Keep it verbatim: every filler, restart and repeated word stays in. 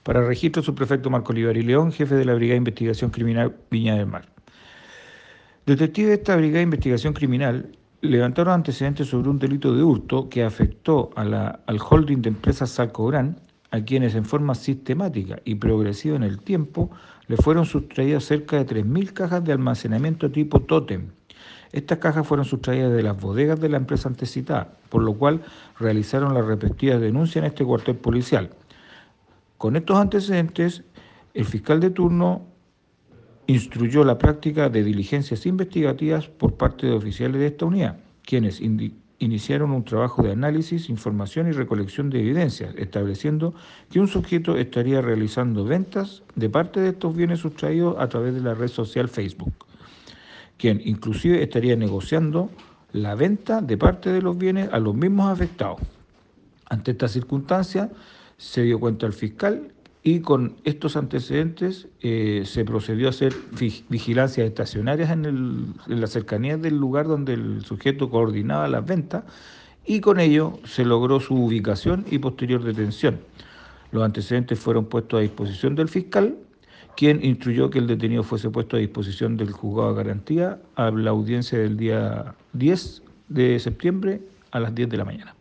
Para registro, subprefecto Marco Olivari León, jefe de la Brigada de Investigación Criminal Viña del Mar. Detectives de esta Brigada de Investigación Criminal levantaron antecedentes sobre un delito de hurto que afectó a la, al holding de empresas Salcobrán, a quienes en forma sistemática y progresiva en el tiempo le fueron sustraídas cerca de tres mil cajas de almacenamiento tipo tótem. Estas cajas fueron sustraídas de las bodegas de la empresa antecitada, por lo cual realizaron las respectivas denuncias en este cuartel policial. Con estos antecedentes, el fiscal de turno instruyó la práctica de diligencias investigativas por parte de oficiales de esta unidad, quienes iniciaron un trabajo de análisis, información y recolección de evidencias, estableciendo que un sujeto estaría realizando ventas de parte de estos bienes sustraídos a través de la red social Facebook, quien inclusive estaría negociando la venta de parte de los bienes a los mismos afectados. Ante esta circunstancia, se dio cuenta el fiscal y con estos antecedentes eh, se procedió a hacer vigilancias estacionarias en, el, en las cercanías del lugar donde el sujeto coordinaba las ventas y con ello se logró su ubicación y posterior detención. Los antecedentes fueron puestos a disposición del fiscal, quien instruyó que el detenido fuese puesto a disposición del juzgado de garantía a la audiencia del día diez de septiembre a las diez de la mañana.